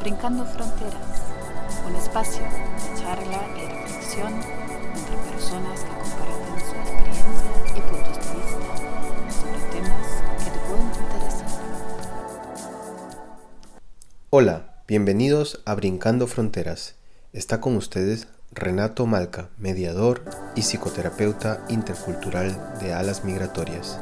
Brincando Fronteras, un espacio de charla y reflexión entre personas que comparten su experiencia y puntos de vista sobre temas que te pueden interesar. Hola, bienvenidos a Brincando Fronteras. Está con ustedes Renato Malca, mediador y psicoterapeuta intercultural de Alas Migratorias.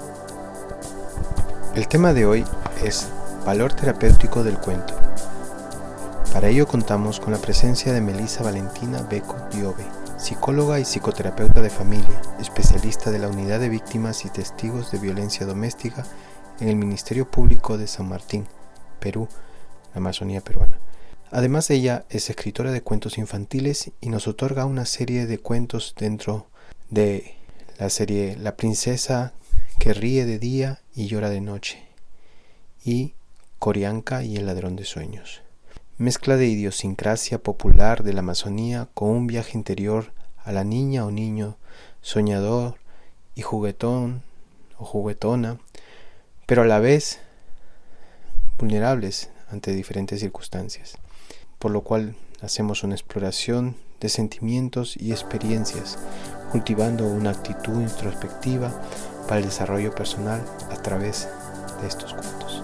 El tema de hoy es valor terapéutico del cuento. Para ello contamos con la presencia de Melissa Valentina Beco Diove, psicóloga y psicoterapeuta de familia, especialista de la Unidad de Víctimas y Testigos de Violencia Doméstica en el Ministerio Público de San Martín, Perú, la Amazonía peruana. Además, ella es escritora de cuentos infantiles y nos otorga una serie de cuentos dentro de la serie La princesa que ríe de día y llora de noche y Corianca y el ladrón de sueños. Mezcla de idiosincrasia popular de la Amazonía con un viaje interior a la niña o niño soñador y juguetón o juguetona, pero a la vez vulnerables ante diferentes circunstancias, por lo cual hacemos una exploración de sentimientos y experiencias, cultivando una actitud introspectiva para el desarrollo personal a través de estos cuentos.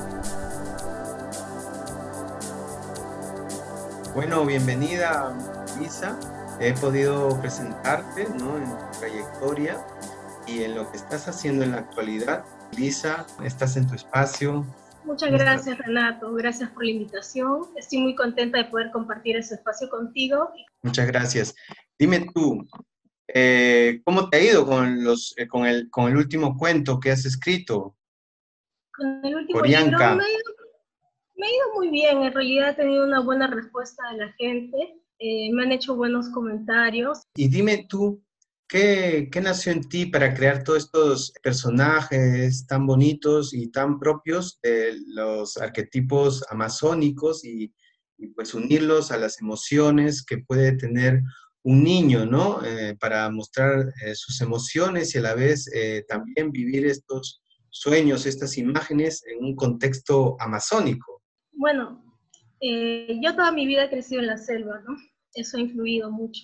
Bueno, bienvenida, Lisa. He podido presentarte, ¿no?, en tu trayectoria y en lo que estás haciendo en la actualidad. Lisa, estás en tu espacio. Muchas gracias, Renato. Gracias por la invitación. Estoy muy contenta de poder compartir ese espacio contigo. Muchas gracias. Dime tú, ¿cómo te ha ido con el último cuento que has escrito? Con el último Corianca. libro me ha ido muy bien. En realidad he tenido una buena respuesta de la gente. Me han hecho buenos comentarios. Y dime tú, ¿qué nació en ti para crear todos estos personajes tan bonitos y tan propios de los arquetipos amazónicos y pues unirlos a las emociones que puede tener un niño, ¿no? Para mostrar sus emociones y a la vez también vivir estos sueños, estas imágenes en un contexto amazónico? Bueno, yo toda mi vida he crecido en la selva, ¿no? Eso ha influido mucho.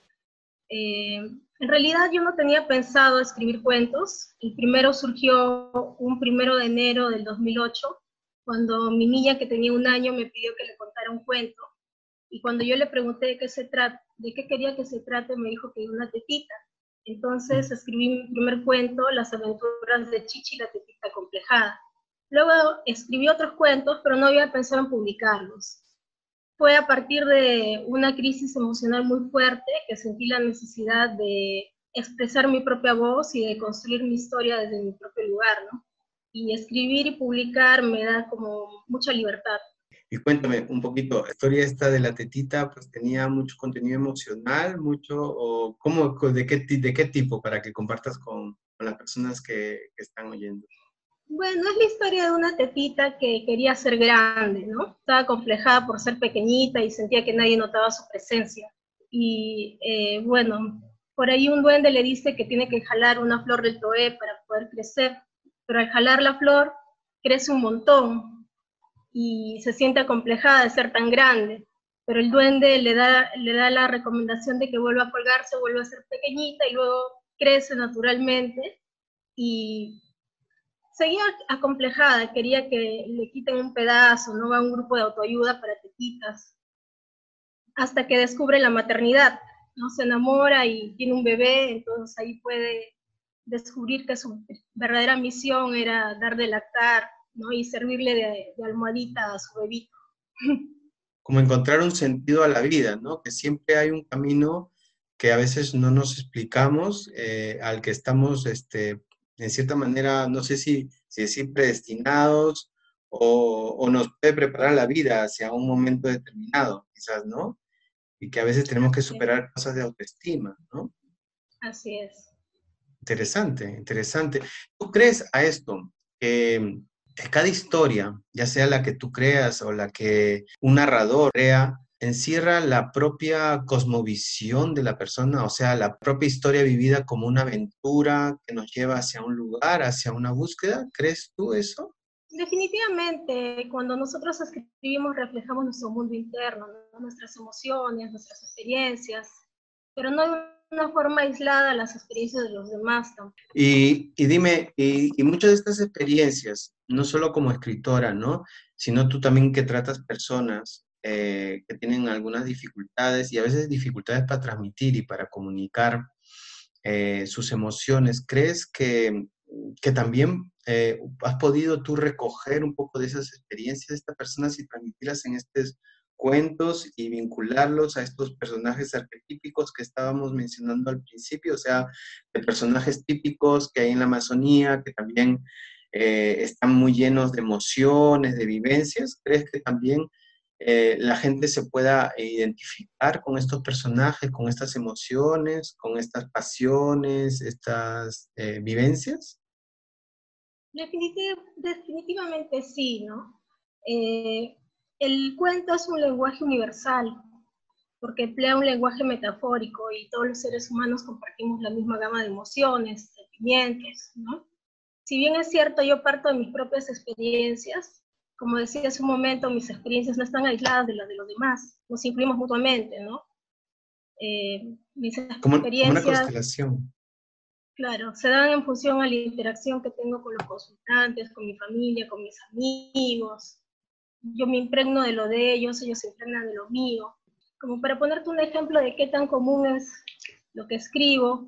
En realidad yo no tenía pensado escribir cuentos. El primero surgió un 1 de enero del 2008, cuando mi niña, que tenía 1 año, me pidió que le contara un cuento. Y cuando yo le pregunté de qué quería que se trate, me dijo que de una tetita. Entonces escribí mi primer cuento, Las aventuras de Chichi, la tetita acomplejada. Luego escribí otros cuentos, pero no había pensado en publicarlos. Fue a partir de una crisis emocional muy fuerte que sentí la necesidad de expresar mi propia voz y de construir mi historia desde mi propio lugar, ¿no? Y escribir y publicar me da como mucha libertad. Y cuéntame un poquito, la historia esta de la tetita, pues tenía mucho contenido emocional, o de qué tipo, para que compartas con las personas que están oyendo. Bueno, es la historia de una tetita que quería ser grande, ¿no? Estaba acomplejada por ser pequeñita y sentía que nadie notaba su presencia. Y bueno, por ahí un duende le dice que tiene que jalar una flor del toé para poder crecer, pero al jalar la flor crece un montón y se siente acomplejada de ser tan grande. Pero el duende le da la recomendación de que vuelva a colgarse, vuelva a ser pequeñita y luego crece naturalmente y seguía acomplejada, quería que le quiten un pedazo, no va a un grupo de autoayuda para tetitas, hasta que descubre la maternidad, ¿no? Se enamora y tiene un bebé, entonces ahí puede descubrir que su verdadera misión era dar de lactar, ¿no? Y servirle de almohadita a su bebito. Como encontrar un sentido a la vida, ¿no? Que siempre hay un camino que a veces no nos explicamos, al que estamos, en cierta manera, no sé si decir predestinados, o nos puede preparar la vida hacia un momento determinado, quizás, ¿no? Y que a veces tenemos que superar cosas de autoestima, ¿no? Así es. Interesante, interesante. ¿Tú crees a esto? Que cada historia, ya sea la que tú creas o la que un narrador crea, encierra la propia cosmovisión de la persona, o sea, la propia historia vivida como una aventura que nos lleva hacia un lugar, hacia una búsqueda. ¿Crees tú eso? Definitivamente, cuando nosotros escribimos reflejamos nuestro mundo interno, ¿no? Nuestras emociones, nuestras experiencias, pero no de una forma aislada a las experiencias de los demás tampoco. Y dime, y muchas de estas experiencias, no solo como escritora, ¿no? Sino tú también que tratas personas que tienen algunas dificultades y a veces dificultades para transmitir y para comunicar sus emociones. ¿Crees que también has podido tú recoger un poco de esas experiencias de estas personas y transmitirlas en estos cuentos y vincularlos a estos personajes arquetípicos que estábamos mencionando al principio? O sea, de personajes típicos que hay en la Amazonía, que también están muy llenos de emociones, de vivencias. ¿Crees que también la gente se pueda identificar con estos personajes, con estas emociones, con estas pasiones, estas vivencias? Definitivamente sí, ¿no? Eh, el cuento es un lenguaje universal, porque emplea un lenguaje metafórico y todos los seres humanos compartimos la misma gama de emociones, sentimientos, ¿no? Si bien es cierto, yo parto de mis propias experiencias, como decía hace un momento, mis experiencias no están aisladas de las de los demás, nos incluimos mutuamente, ¿no? Mis Como una experiencias, constelación. claro, se dan en función a la interacción que tengo con los consultantes, con mi familia, con mis amigos. Yo me impregno de lo de ellos se impregnan de lo mío. Como para ponerte un ejemplo de qué tan común es lo que escribo,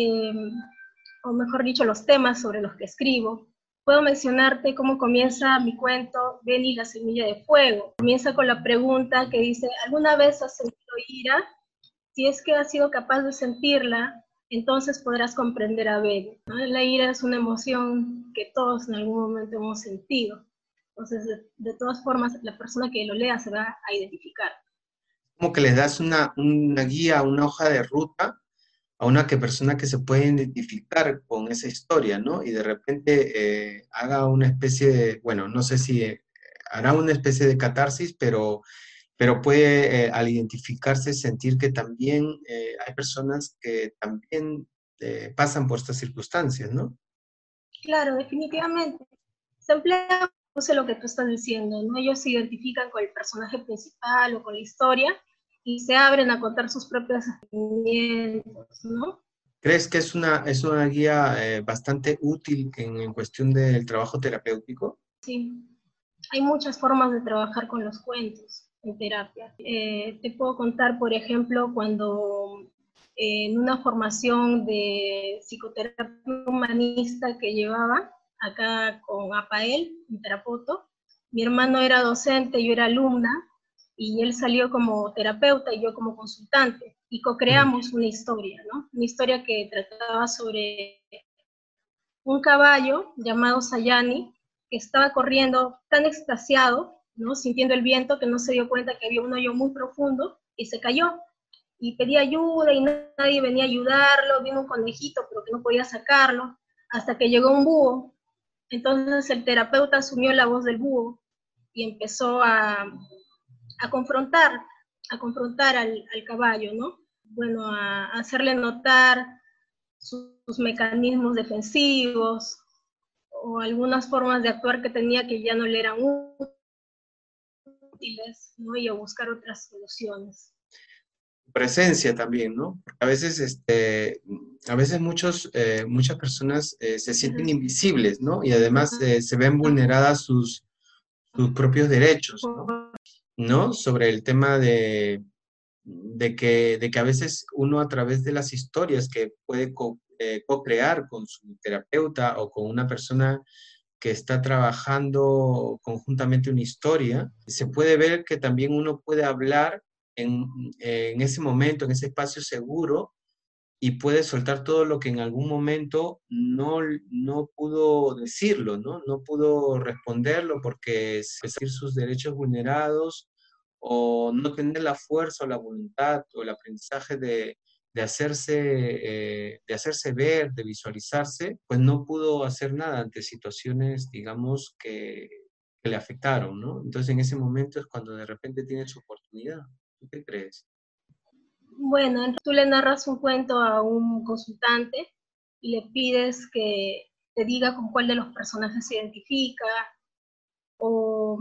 o mejor dicho, los temas sobre los que escribo, puedo mencionarte cómo comienza mi cuento Beni la semilla de fuego. Comienza con la pregunta que dice, ¿alguna vez has sentido ira? Si es que has sido capaz de sentirla, entonces podrás comprender a Beni, ¿no? La ira es una emoción que todos en algún momento hemos sentido. Entonces, de todas formas, la persona que lo lea se va a identificar. Como que les das una guía, una hoja de ruta a una persona que se puede identificar con esa historia, ¿no? Y de repente haga una especie de, bueno, no sé si hará una especie de catarsis, pero puede al identificarse sentir que también hay personas que también pasan por estas circunstancias, ¿no? Claro, definitivamente. Se emplea lo que tú estás diciendo, ¿no? Ellos se identifican con el personaje principal o con la historia y se abren a contar sus propios sentimientos, ¿no? ¿Crees que es una guía bastante útil en cuestión del trabajo terapéutico? Sí, hay muchas formas de trabajar con los cuentos en terapia. Te puedo contar, por ejemplo, cuando en una formación de psicoterapia humanista que llevaba acá con Apael, en Tarapoto, mi hermano era docente, yo era alumna, y él salió como terapeuta y yo como consultante, y co-creamos una historia, ¿no? Una historia que trataba sobre un caballo llamado Sayani, que estaba corriendo tan extasiado, ¿no? Sintiendo el viento, que no se dio cuenta que había un hoyo muy profundo y se cayó. Y pedía ayuda y nadie venía a ayudarlo, vino un conejito pero que no podía sacarlo, hasta que llegó un búho. Entonces el terapeuta asumió la voz del búho y empezó a confrontar, al caballo, ¿no? Bueno, a hacerle notar sus mecanismos defensivos o algunas formas de actuar que tenía que ya no le eran útiles, ¿no? Y a buscar otras soluciones. Presencia también, ¿no? Porque a veces muchas personas se sienten invisibles, ¿no? Y además se ven vulneradas sus propios derechos, ¿no? ¿No? Sobre el tema de que a veces uno a través de las historias que puede co-crear con su terapeuta o con una persona que está trabajando conjuntamente una historia, se puede ver que también uno puede hablar en ese momento, en ese espacio seguro, y puede soltar todo lo que en algún momento no pudo decirlo, ¿no? No pudo responderlo porque sentir sus derechos vulnerados o no tener la fuerza o la voluntad o el aprendizaje de hacerse ver, de visualizarse, pues no pudo hacer nada ante situaciones, digamos, que le afectaron, ¿no? Entonces en ese momento es cuando de repente tiene su oportunidad. ¿Tú qué crees? Bueno, entonces tú le narras un cuento a un consultante y le pides que te diga con cuál de los personajes se identifica, o,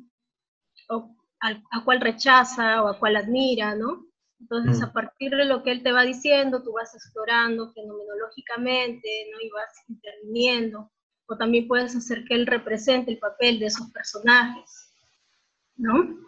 a cuál rechaza o a cuál admira, ¿no? Entonces, a partir de lo que él te va diciendo, tú vas explorando fenomenológicamente, ¿no? Y vas interviniendo. O también puedes hacer que él represente el papel de esos personajes, ¿no?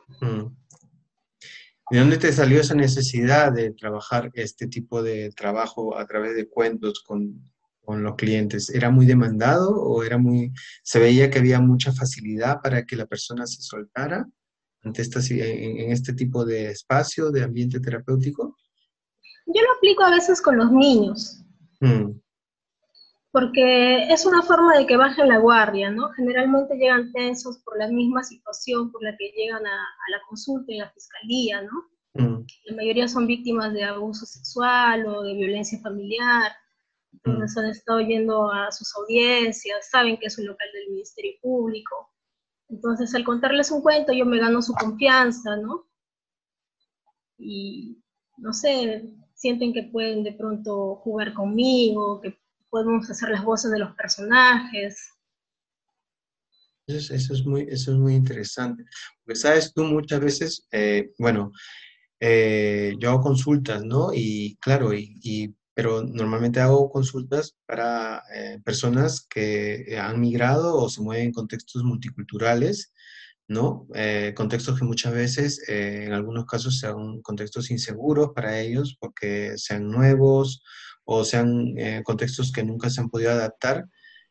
¿De dónde te salió esa necesidad de trabajar este tipo de trabajo a través de cuentos con los clientes? ¿Era muy demandado o se veía que había mucha facilidad para que la persona se soltara ante en este tipo de espacio, de ambiente terapéutico? Yo lo aplico a veces con los niños, porque es una forma de que bajen la guardia, ¿no? Generalmente llegan tensos por la misma situación por la que llegan a la consulta en la fiscalía, ¿no? La mayoría son víctimas de abuso sexual o de violencia familiar, entonces han estado yendo a sus audiencias, saben que es un local del Ministerio Público, entonces al contarles un cuento yo me gano su confianza, ¿no? Y, no sé, sienten que pueden de pronto jugar conmigo, que podemos hacer las voces de los personajes. Eso es muy interesante. Porque sabes, tú muchas veces, yo hago consultas, ¿no? Y claro, pero normalmente hago consultas para personas que han migrado o se mueven en contextos multiculturales, ¿no? Contextos que muchas veces, en algunos casos, sean contextos inseguros para ellos porque sean nuevos o sean contextos que nunca se han podido adaptar.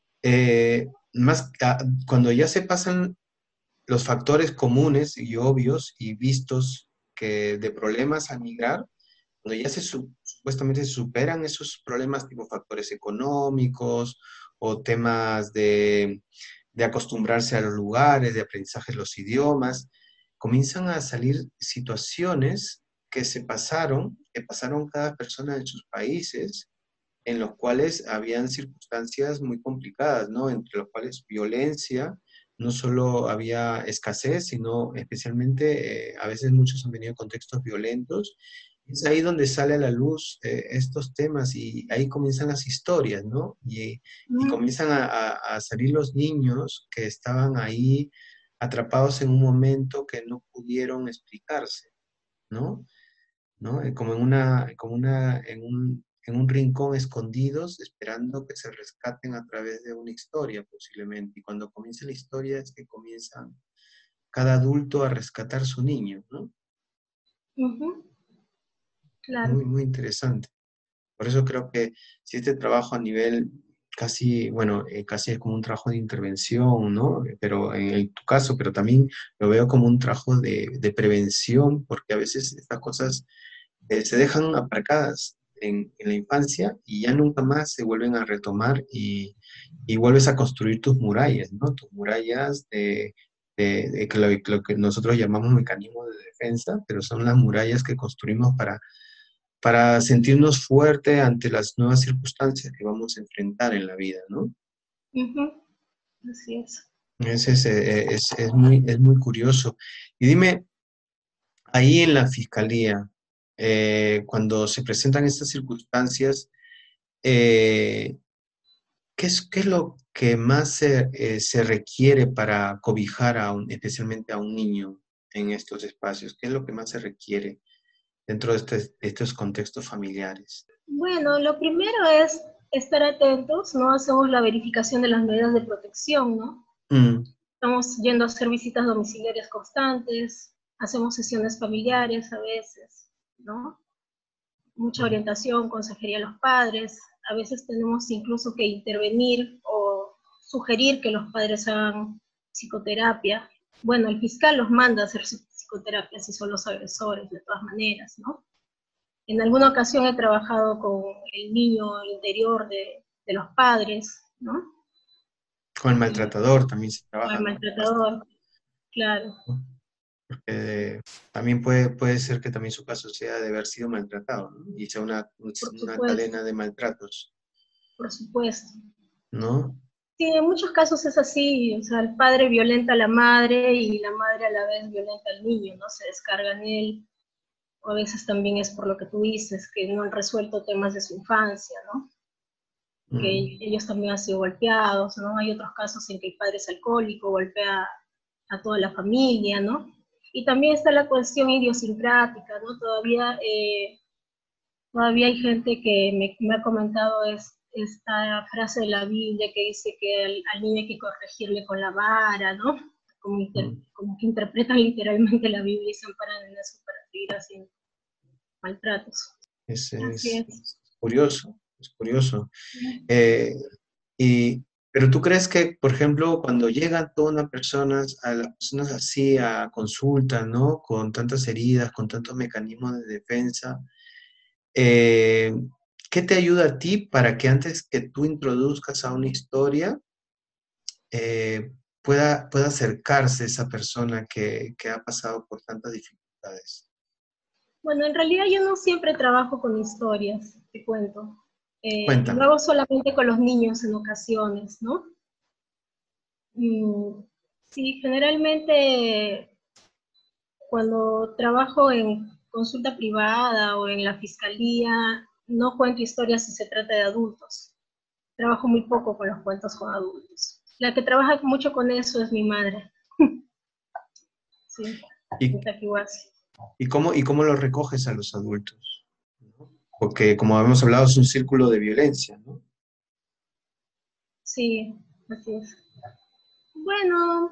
Cuando ya se pasan los factores comunes y obvios y vistos que de problemas al migrar, cuando ya supuestamente se superan esos problemas tipo factores económicos o temas de acostumbrarse a los lugares, de aprendizaje de los idiomas, comienzan a salir situaciones que pasaron cada persona en sus países, en los cuales habían circunstancias muy complicadas, ¿no? Entre los cuales violencia, no solo había escasez, sino especialmente a veces muchos han venido de contextos violentos. Es ahí donde sale a la luz estos temas y ahí comienzan las historias, ¿no? Y comienzan a salir los niños que estaban ahí atrapados en un momento que no pudieron explicarse, ¿no? ¿No? En un rincón escondidos, esperando que se rescaten a través de una historia posiblemente. Y cuando comienza la historia es que comienzan cada adulto a rescatar su niño, ¿no? Claro. Muy interesante. Por eso creo que si este trabajo a nivel casi es como un trabajo de intervención, ¿no? Pero en tu caso, pero también lo veo como un trabajo de prevención, porque a veces estas cosas se dejan aparcadas en la infancia y ya nunca más se vuelven a retomar y vuelves a construir tus murallas, ¿no? Tus murallas de lo que nosotros llamamos mecanismos de defensa, pero son las murallas que construimos para sentirnos fuertes ante las nuevas circunstancias que vamos a enfrentar en la vida, ¿no? Así es. Es muy curioso. Y dime, ahí en la fiscalía, cuando se presentan estas circunstancias, ¿qué es lo que más se requiere para cobijar especialmente a un niño en estos espacios? ¿Qué es lo que más se requiere dentro de estos contextos familiares? Bueno, lo primero es estar atentos, ¿no? Hacemos la verificación de las medidas de protección, ¿no? Estamos yendo a hacer visitas domiciliarias constantes, hacemos sesiones familiares a veces, ¿no? Mucha orientación, consejería a los padres, a veces tenemos incluso que intervenir o sugerir que los padres hagan psicoterapia. Bueno, el fiscal los manda a hacer psicoterapia si son los agresores, de todas maneras, ¿no? En alguna ocasión he trabajado con el niño interior de los padres, ¿no? Con el maltratador también se trabaja. Con el maltratador, claro. Porque también puede ser que también su caso sea de haber sido maltratado, ¿no? Y sea una cadena de maltratos. Por supuesto. ¿No? Sí, en muchos casos es así, o sea, el padre violenta a la madre y la madre a la vez violenta al niño, ¿no? Se descarga en él, o a veces también es por lo que tú dices, que no han resuelto temas de su infancia, ¿no? Que ellos también han sido golpeados, ¿no? Hay otros casos en que el padre es alcohólico, golpea a toda la familia, ¿no? Y también está la cuestión idiosincrática, ¿no? Todavía hay gente que me ha comentado esta frase de la Biblia que dice que al niño hay que corregirle con la vara, ¿no? Como que interpretan literalmente la Biblia y se amparan en eso para seguir haciendo maltratos. Así es. Curioso, es curioso. Pero tú crees que, por ejemplo, cuando llegan todas las personas así a consulta, ¿no? Con tantas heridas, con tantos mecanismos de defensa, eh, ¿qué te ayuda a ti para que antes que tú introduzcas a una historia, pueda acercarse esa persona que ha pasado por tantas dificultades? Bueno, en realidad yo no siempre trabajo con historias, te cuento. Lo Cuéntame. hago solamente con los niños en ocasiones, ¿no? Sí, generalmente cuando trabajo en consulta privada o en la fiscalía, no cuento historias si se trata de adultos. Trabajo muy poco con los cuentos con adultos. La que trabaja mucho con eso es mi madre. Sí, ¿Y, Takiwasi. ¿Y cómo lo recoges a los adultos? ¿No? Porque, como habíamos hablado, es un círculo de violencia, ¿no? Sí, así es. Bueno,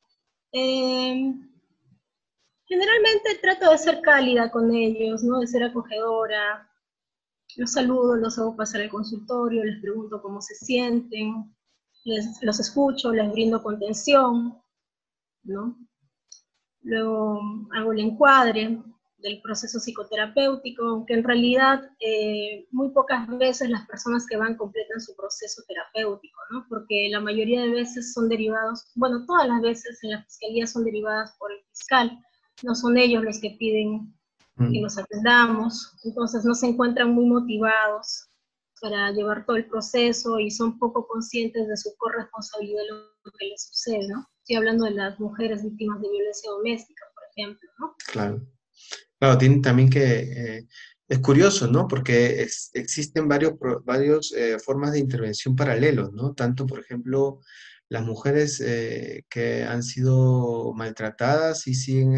generalmente trato de ser cálida con ellos, ¿no? De ser acogedora. Los saludo, los hago pasar al consultorio, les pregunto cómo se sienten, los escucho, les brindo contención, ¿no? Luego hago el encuadre del proceso psicoterapéutico, aunque en realidad muy pocas veces las personas que van completan su proceso terapéutico, ¿no? Porque la mayoría de veces son derivados, bueno, todas las veces en la fiscalía son derivadas por el fiscal, no son ellos los que piden que los atendamos, entonces no se encuentran muy motivados para llevar todo el proceso y son poco conscientes de su corresponsabilidad de lo que les sucede, ¿no? Estoy hablando de las mujeres víctimas de violencia doméstica, por ejemplo, ¿no? Claro. Claro, tiene también es curioso, ¿no? Porque existen varios formas de intervención paralelos, ¿no? Tanto, por ejemplo, las mujeres que han sido maltratadas y siguen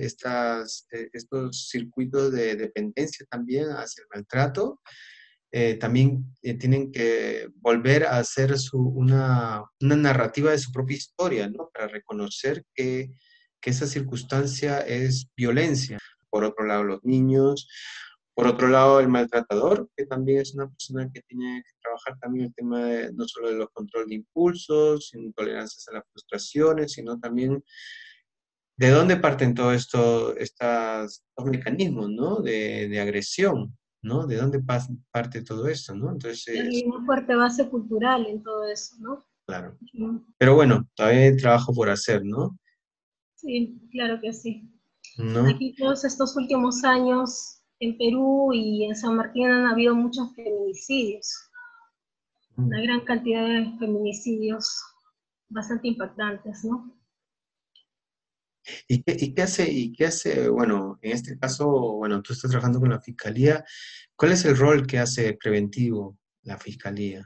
estos circuitos de dependencia también hacia el maltrato, también tienen que volver a hacer una narrativa de su propia historia, ¿no? Para reconocer que esa circunstancia es violencia. Por otro lado, los niños. Por otro lado, el maltratador, que también es una persona que tiene que trabajar también el tema no solo de los control de impulsos, sin tolerancias a las frustraciones, sino también de dónde parten todos estos mecanismos, ¿no? De agresión, ¿no? ¿De dónde parte todo esto, ¿no? Hay Entonces, una fuerte base cultural en todo eso, ¿no? claro. Mm. Pero bueno, todavía hay trabajo por hacer, ¿no? Sí, claro que sí. ¿No? Aquí todos estos últimos años en Perú y en San Martín han habido muchos feminicidios, una gran cantidad de feminicidios bastante impactantes, ¿no? ¿Y qué hace, bueno, en este caso, bueno, tú estás trabajando con la fiscalía, ¿cuál es el rol que hace preventivo la fiscalía?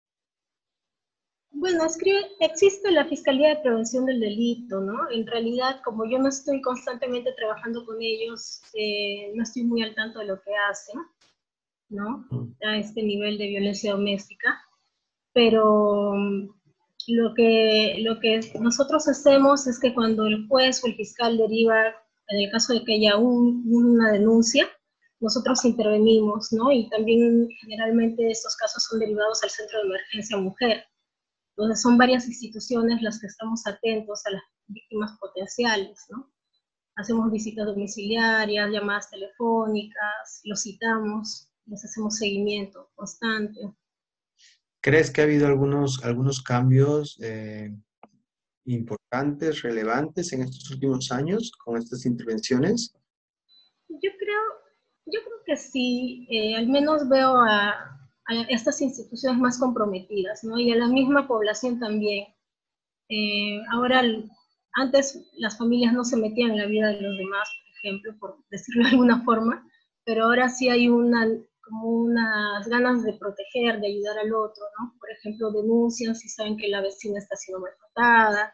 Bueno, existe la Fiscalía de Prevención del Delito, ¿no? En realidad, como yo no estoy constantemente trabajando con ellos, no estoy muy al tanto de lo que hacen, ¿no? A este nivel de violencia doméstica, pero lo que nosotros hacemos es que cuando el juez o el fiscal deriva, en el caso de que haya una denuncia, nosotros intervenimos, ¿no? Y también generalmente estos casos son derivados al Centro de Emergencia Mujer. Entonces son varias instituciones las que estamos atentos a las víctimas potenciales, ¿no? Hacemos visitas domiciliarias, llamadas telefónicas, los citamos, les hacemos seguimiento constante. ¿Crees que ha habido algunos cambios importantes, relevantes en estos últimos años con estas intervenciones? Yo creo que sí, al menos veo a estas instituciones más comprometidas, ¿no? Y a la misma población también. Ahora, antes las familias no se metían en la vida de los demás, por ejemplo, por decirlo de alguna forma, pero ahora sí hay como unas ganas de proteger, de ayudar al otro, ¿no? Por ejemplo, denuncian si saben que la vecina está siendo maltratada,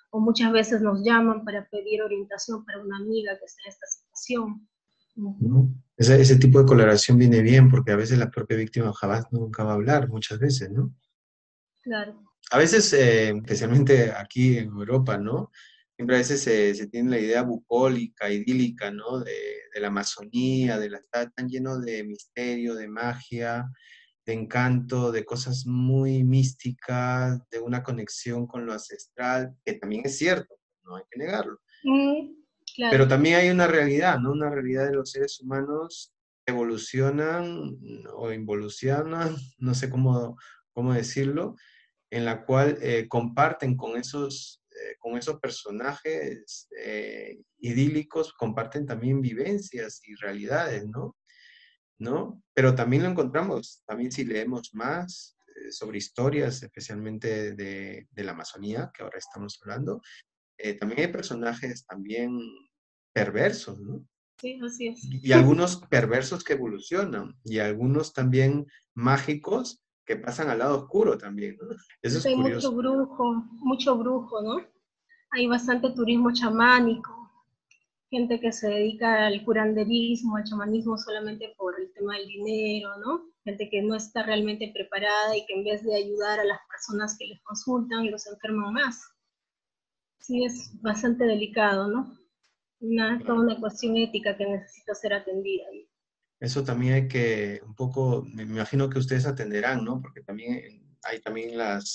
o muchas veces nos llaman para pedir orientación para una amiga que está en esta situación. ¿No? Ese tipo de colaboración viene bien porque a veces la propia víctima jamás nunca va a hablar, muchas veces, ¿no? Claro. A veces, especialmente aquí en Europa, ¿no? Siempre a veces se tiene la idea bucólica, idílica, ¿no? De la Amazonía, está tan lleno de misterio, de magia, de encanto, de cosas muy místicas, de una conexión con lo ancestral, que también es cierto, no hay que negarlo. Pero Claro. también hay una realidad, ¿no? Una realidad de los seres humanos que evolucionan o involucionan, no sé cómo decirlo, en la cual comparten con esos personajes idílicos, comparten también vivencias y realidades, ¿no? ¿No? Pero también lo encontramos, también si leemos más sobre historias, especialmente de la Amazonía, que ahora estamos hablando, también hay personajes también perversos, ¿no? Sí, así es. Y algunos perversos que evolucionan, y algunos también mágicos que pasan al lado oscuro también, ¿no? Eso es Hay curioso. mucho brujo, ¿no? Hay bastante turismo chamánico, gente que se dedica al curanderismo, al chamanismo solamente por el tema del dinero, ¿no? Gente que no está realmente preparada y que en vez de ayudar a las personas que les consultan, los enferman más. Sí, es bastante delicado, ¿no? Toda una cuestión ética que necesita ser atendida. Eso también hay que, un poco, me imagino que ustedes atenderán, ¿no? Porque también hay también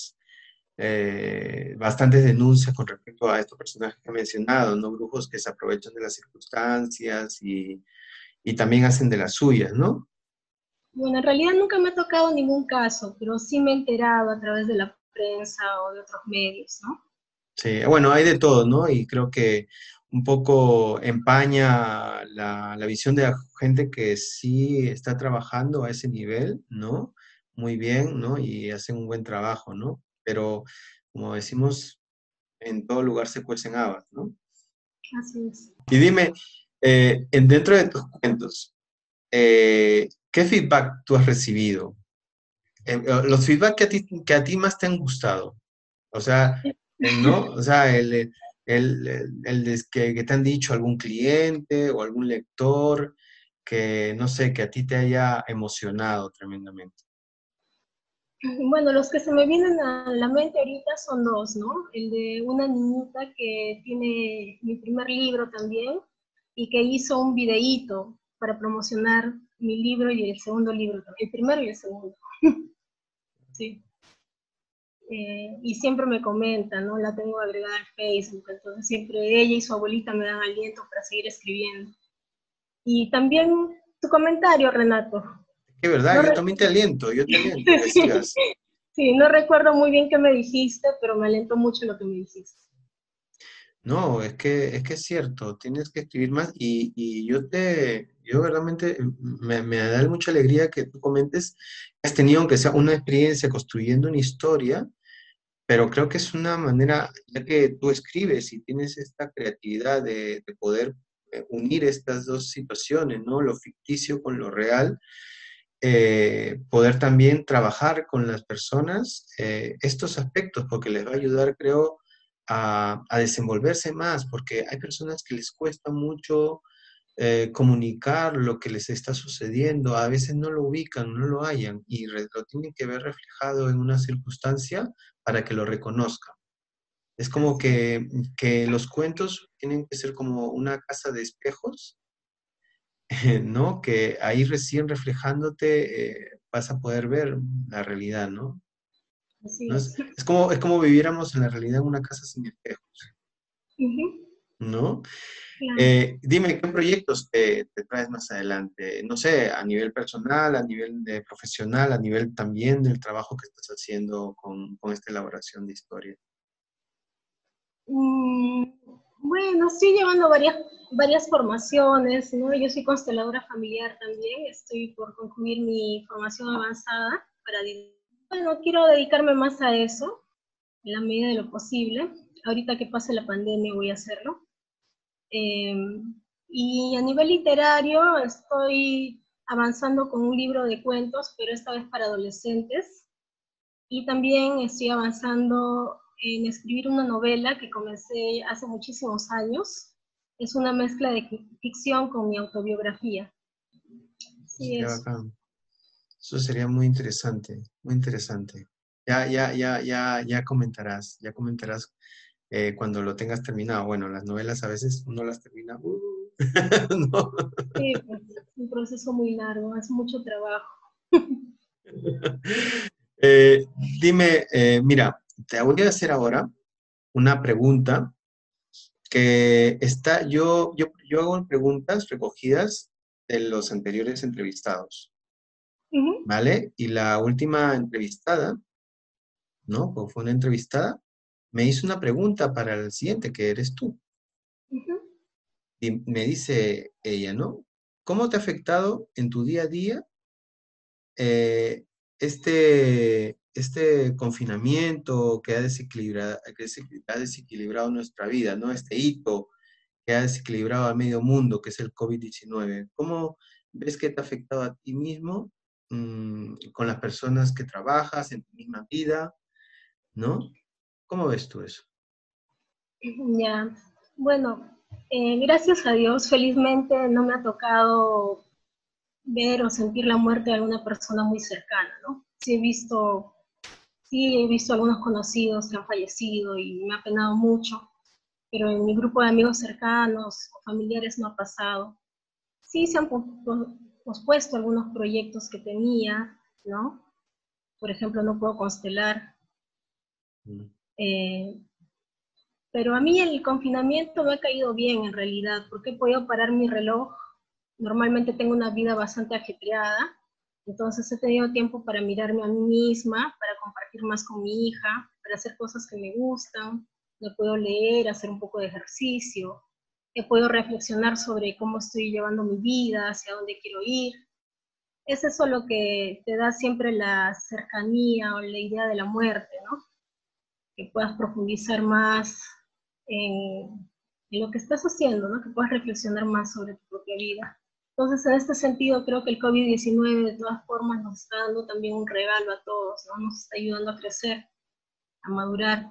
bastantes denuncias con respecto a estos personajes que he mencionado, ¿no? Brujos que se aprovechan de las circunstancias y también hacen de las suyas, ¿no? Bueno, en realidad nunca me ha tocado ningún caso, pero sí me he enterado a través de la prensa o de otros medios, ¿no? Sí, bueno, hay de todo, ¿no? Y creo que un poco empaña la visión de la gente que sí está trabajando a ese nivel, ¿no? Muy bien, ¿no? Y hacen un buen trabajo, ¿no? Pero, como decimos, en todo lugar se cuecen habas, ¿no? Así es. Y dime, dentro de tus cuentos, ¿qué feedback tú has recibido? Los feedback que a ti más te han gustado. O sea, ¿no? O sea, que te han dicho algún cliente o algún lector que, no sé, que a ti te haya emocionado tremendamente. Bueno, los que se me vienen a la mente ahorita son dos, ¿no? El de una niñita que tiene mi primer libro también y que hizo un videíto para promocionar mi libro y el segundo libro, el primero y el segundo. Sí. Y siempre me comenta, ¿no? La tengo agregada al Facebook, entonces siempre ella y su abuelita me dan aliento para seguir escribiendo. Y también tu comentario, Renato. Que verdad, No yo también te aliento, que sí, sigas. sí, no recuerdo muy bien qué me dijiste, pero me alentó mucho lo que me dijiste. No, es que es cierto, tienes que escribir más y yo verdaderamente me da mucha alegría que tú comentes que has tenido, aunque sea una experiencia construyendo una historia, pero creo que es una manera, ya que tú escribes y tienes esta creatividad de poder unir estas dos situaciones, ¿no? Lo ficticio con lo real, poder también trabajar con las personas estos aspectos, porque les va a ayudar, creo, a desenvolverse más, porque hay personas que les cuesta mucho comunicar lo que les está sucediendo, a veces no lo ubican, no lo hallan y lo tienen que ver reflejado en una circunstancia para que lo reconozcan. Es como que los cuentos tienen que ser como una casa de espejos, ¿no? Que ahí recién reflejándote vas a poder ver la realidad, ¿no? Así ¿No? es. Es como viviéramos en la realidad en una casa sin espejos, ¿no? Claro. Dime, ¿qué proyectos te traes más adelante? No sé, a nivel personal, a nivel de profesional, a nivel también del trabajo que estás haciendo con esta elaboración de historia. Bueno, estoy llevando varias formaciones, ¿no? Yo soy consteladora familiar también, estoy por concluir mi formación avanzada bueno, quiero dedicarme más a eso, en la medida de lo posible. Ahorita que pase la pandemia voy a hacerlo. Y a nivel literario estoy avanzando con un libro de cuentos, pero esta vez para adolescentes. Y también estoy avanzando en escribir una novela que comencé hace muchísimos años. Es una mezcla de ficción con mi autobiografía. Sí, Sería es. bacán. Eso sería muy interesante, muy interesante. Ya comentarás cuando lo tengas terminado. Bueno, las novelas a veces uno las termina, ¿no? Sí, pues, es un proceso muy largo, es mucho trabajo. Eh, Dime, mira, te voy a hacer ahora una pregunta que está, yo hago preguntas recogidas de los anteriores entrevistados, Ujú, ¿vale? Y la última entrevistada, ¿no? Pues fue una entrevistada, me hizo una pregunta para el siguiente, que eres tú. ujú. Y me dice ella, ¿no? ¿Cómo te ha afectado en tu día a día eh, este confinamiento que ha desequilibrado nuestra vida, ¿no? Este hito que ha desequilibrado al medio mundo, que es el COVID-19? ¿Cómo ves que te ha afectado a ti mismo, con las personas que trabajas en tu misma vida, ¿no? ¿Cómo ves tú eso? Ya, bueno, gracias a Dios, felizmente no me ha tocado ver o sentir la muerte de alguna persona muy cercana, ¿no? Sí he visto algunos conocidos que han fallecido y me ha penado mucho, pero en mi grupo de amigos cercanos o familiares no ha pasado. Sí se han pospuesto algunos proyectos que tenía, ¿no? Por ejemplo, no puedo constelar, Mm. eh, pero a mí el confinamiento me ha caído bien en realidad, porque he podido parar mi reloj. Normalmente tengo una vida bastante ajetreada, entonces he tenido tiempo para mirarme a mí misma, para compartir más con mi hija, para hacer cosas que me gustan. Me puedo leer, hacer un poco de ejercicio, he podido reflexionar sobre cómo estoy llevando mi vida, hacia dónde quiero ir. Es eso lo que te da siempre la cercanía o la idea de la muerte, ¿no? Que puedas profundizar más en lo que estás haciendo, ¿no? Que puedas reflexionar más sobre tu propia vida. Entonces, en este sentido, creo que el COVID-19 de todas formas nos está dando también un regalo a todos, ¿no? Nos está ayudando a crecer, a madurar.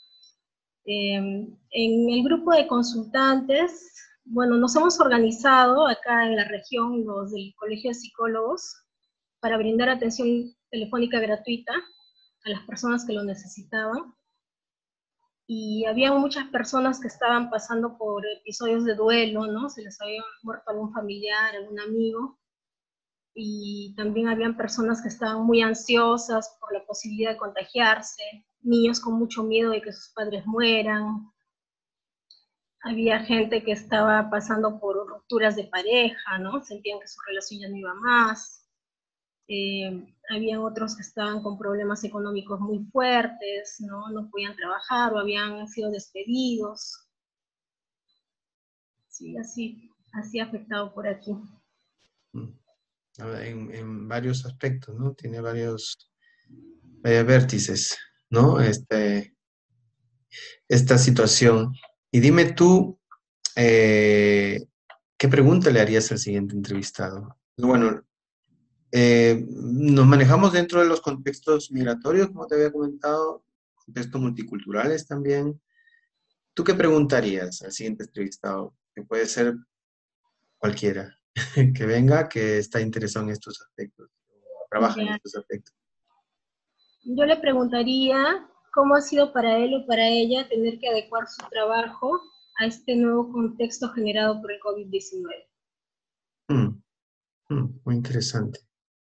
En el grupo de consultantes, bueno, nos hemos organizado acá en la región, los del Colegio de Psicólogos, para brindar atención telefónica gratuita a las personas que lo necesitaban. Y había muchas personas que estaban pasando por episodios de duelo, ¿no? Se les había muerto algún familiar, algún amigo, y también habían personas que estaban muy ansiosas por la posibilidad de contagiarse, niños con mucho miedo de que sus padres mueran, había gente que estaba pasando por rupturas de pareja, ¿no? Sentían que su relación ya no iba más. Había otros que estaban con problemas económicos muy fuertes, ¿no? No podían trabajar o habían sido despedidos. Sí, así afectado por aquí. Mm. En varios aspectos, ¿no? Tiene varios vértices, ¿no? Esta situación. Y dime tú, ¿qué pregunta le harías al siguiente entrevistado? Bueno, nos manejamos dentro de los contextos migratorios, como te había comentado, contextos multiculturales también. ¿Tú qué preguntarías al siguiente entrevistado? Que puede ser cualquiera, que venga, que está interesado en estos aspectos, trabaja en Ya. estos aspectos. Yo le preguntaría cómo ha sido para él o para ella tener que adecuar su trabajo a este nuevo contexto generado por el COVID-19. Muy interesante.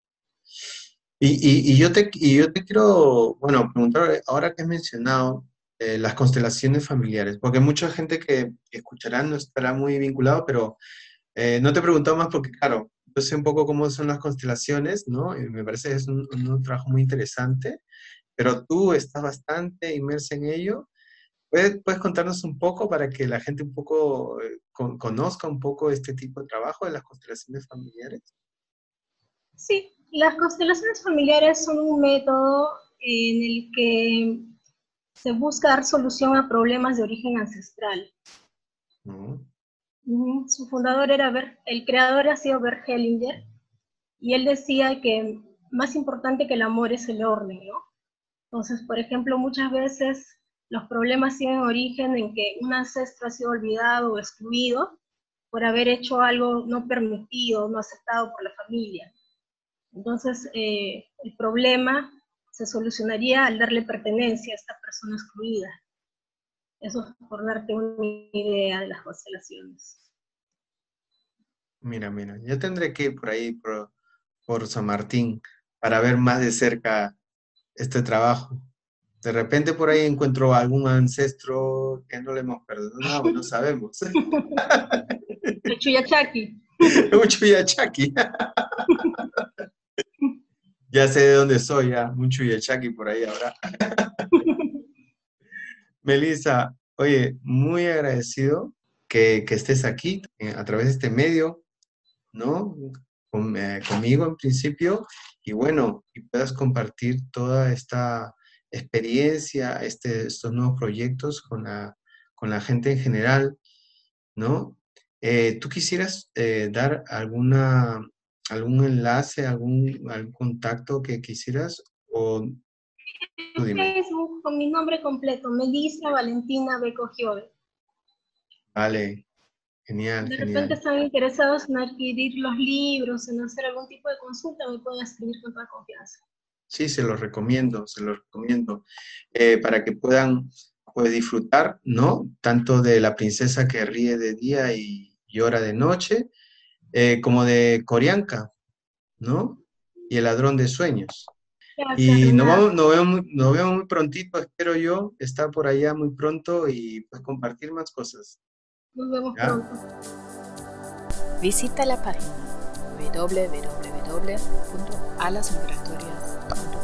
Y yo te quiero, bueno, preguntar, ahora que has mencionado las constelaciones familiares, porque mucha gente que escuchará no estará muy vinculado, pero no te he preguntado más porque, claro, yo sé un poco cómo son las constelaciones, ¿no? Y me parece que es un trabajo muy interesante, pero tú estás bastante inmersa en ello. ¿Puedes contarnos un poco para que la gente un poco conozca un poco este tipo de trabajo de las constelaciones familiares? Sí, las constelaciones familiares son un método en el que se busca dar solución a problemas de origen ancestral. ¿No? Su fundador el creador ha sido Bert Hellinger, y él decía que más importante que el amor es el orden, ¿no? Entonces, por ejemplo, muchas veces los problemas tienen origen en que un ancestro ha sido olvidado o excluido por haber hecho algo no permitido, no aceptado por la familia. Entonces, el problema se solucionaría al darle pertenencia a esta persona excluida. Eso es por darte una idea de las constelaciones. Mira, yo tendré que ir por ahí, por San Martín, para ver más de cerca este trabajo. De repente por ahí encuentro algún ancestro que no le hemos perdonado, no sabemos. El Chuyachaki. Un Chuyachaki. Ya sé de dónde soy, ya. Un Chuyachaki por ahí ahora. Melissa, oye, muy agradecido que estés aquí a través de este medio, ¿no? Conmigo en principio, y bueno, y puedas compartir toda esta experiencia, estos nuevos proyectos con la gente en general, ¿no? ¿Tú quisieras dar algún enlace, algún contacto que quisieras? O tú dime. Facebook con mi nombre completo, Melissa Valentina Beco Giove. Vale, genial, De genial. repente están interesados en adquirir los libros, en hacer algún tipo de consulta, me pueden escribir con toda confianza. Sí, se los recomiendo, para que puedan pues, disfrutar, ¿no? Tanto de La princesa que ríe de día y llora de noche, como de Corianca, ¿no? Y El ladrón de sueños. Gracias, Y Renato. nos vemos muy prontito, espero yo, estar por allá muy pronto y pues compartir más cosas. Nos vemos ¿Ya? pronto. Visita la página www.alasmigratorias.com